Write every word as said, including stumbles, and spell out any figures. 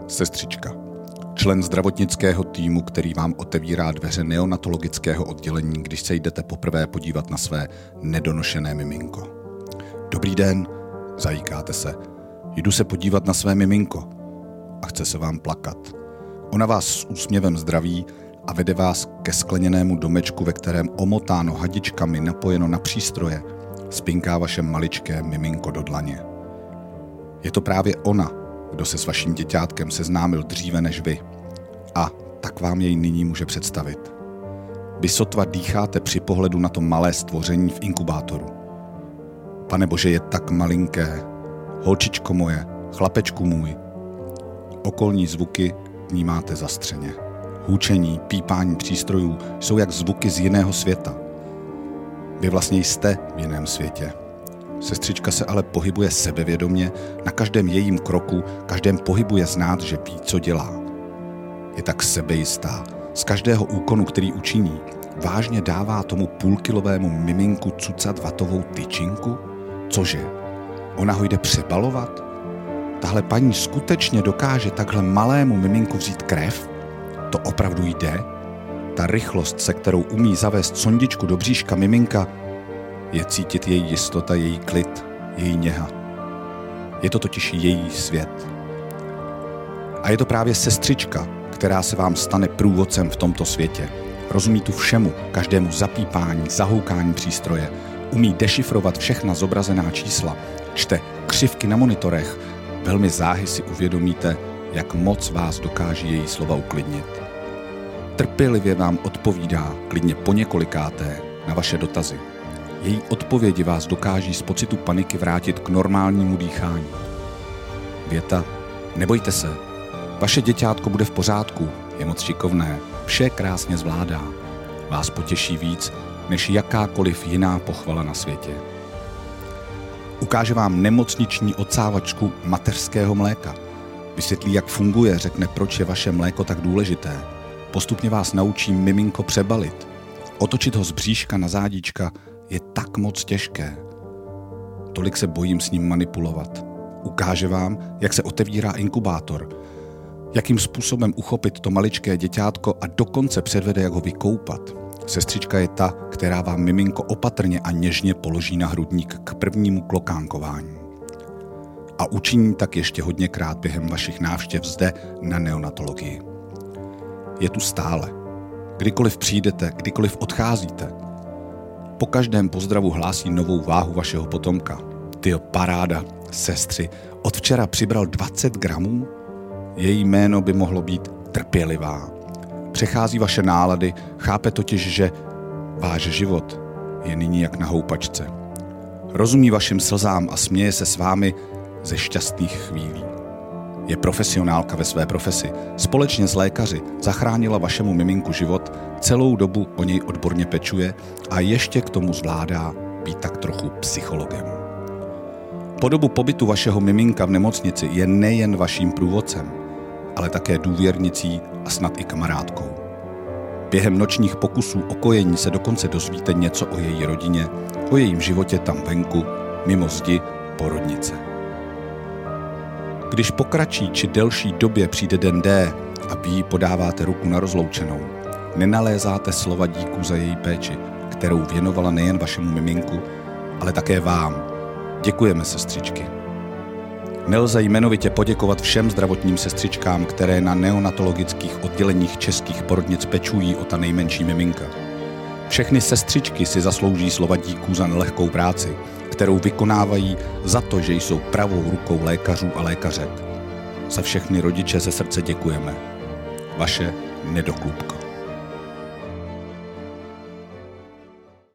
Sestřička. Člen zdravotnického týmu, který vám otevírá dveře neonatologického oddělení, když se jdete poprvé podívat na své nedonošené miminko. Dobrý den, zajíkáte se. Jdu se podívat na své miminko. A chce se vám plakat. Ona vás s úsměvem zdraví a vede vás ke skleněnému domečku, ve kterém omotáno hadičkami napojeno na přístroje spinká vaše maličké miminko do dlaně. Je to právě ona, kdo se s vaším děťátkem seznámil dříve než vy. A tak vám jej nyní může představit. Vy sotva dýcháte při pohledu na to malé stvoření v inkubátoru. Pane Bože, je tak malinké. Holčičko moje, chlapečku můj. Okolní zvuky vnímáte zastřeně. Hůčení, pípání přístrojů jsou jak zvuky z jiného světa. Vy vlastně jste v jiném světě. Sestřička se ale pohybuje sebevědomě, na každém jejím kroku, každém pohybu je znát, že ví, co dělá. Je tak sebejistá. Z každého úkonu, který učiní, vážně dává tomu půlkilovému miminku cucat vatovou tyčinku? Cože? Ona ho jde přebalovat? Tahle paní skutečně dokáže takhle malému miminku vzít krev? To opravdu jde? Ta rychlost, se kterou umí zavést sondičku do bříška miminka, je cítit její jistota, její klid, její něha. Je to totiž její svět. A je to právě sestřička, která se vám stane průvodcem v tomto světě. Rozumí tu všemu, každému zapípání, zahoukání přístroje, umí dešifrovat všechna zobrazená čísla, čte křivky na monitorech, velmi záhy si uvědomíte, jak moc vás dokáže její slova uklidnit. Trpělivě vám odpovídá, klidně poněkolikáté, na vaše dotazy. Její odpovědi vás dokáží z pocitu paniky vrátit k normálnímu dýchání. Věta: nebojte se, vaše děťátko bude v pořádku, je moc šikovné, vše krásně zvládá. Vás potěší víc, než jakákoliv jiná pochvala na světě. Ukáže vám nemocniční odsávačku mateřského mléka. Vysvětlí, jak funguje, řekne, proč je vaše mléko tak důležité. Postupně vás naučí miminko přebalit. Otočit ho z bříška na zádíčka je tak moc těžké. Tolik se bojím s ním manipulovat. Ukáže vám, jak se otevírá inkubátor, jakým způsobem uchopit to maličké děťátko a dokonce předvede, jak ho vykoupat. Sestřička je ta, která vám miminko opatrně a něžně položí na hrudník k prvnímu klokánkování. A učiní tak ještě hodněkrát během vašich návštěv zde na neonatologii. Je tu stále. Kdykoliv přijdete, kdykoliv odcházíte. Po každém pozdravu hlásí novou váhu vašeho potomka. Tyjo, paráda, sestři, od včera přibral dvacet gramů? Její jméno by mohlo být Trpělivá. Přechází vaše nálady, chápe totiž, že váš život je nyní jak na houpačce. Rozumí vašim slzám a směje se s vámi ze šťastných chvílí. Je profesionálka ve své profesi. Společně s lékaři zachránila vašemu miminku život, celou dobu o něj odborně pečuje a ještě k tomu zvládá být tak trochu psychologem. Po dobu pobytu vašeho miminka v nemocnici je nejen vaším průvodcem, ale také důvěrnicí a snad i kamarádkou. Během nočních pokusů o kojení se dokonce dozvíte něco o její rodině, o jejím životě tam venku, mimo zdi porodnice. Když po kratší či delší době přijde den D a vy jí podáváte ruku na rozloučenou, nenalézáte slova díků za její péči, kterou věnovala nejen vašemu miminku, ale také vám. Děkujeme, sestřičky. Nelze jmenovitě poděkovat všem zdravotním sestřičkám, které na neonatologických odděleních českých porodnic pečují o ta nejmenší miminka. Všechny sestřičky si zaslouží slova díků za nelehkou práci, kterou vykonávají za to, že jsou pravou rukou lékařů a lékařek. Za všechny rodiče ze srdce děkujeme. Vaše Nedoklubko.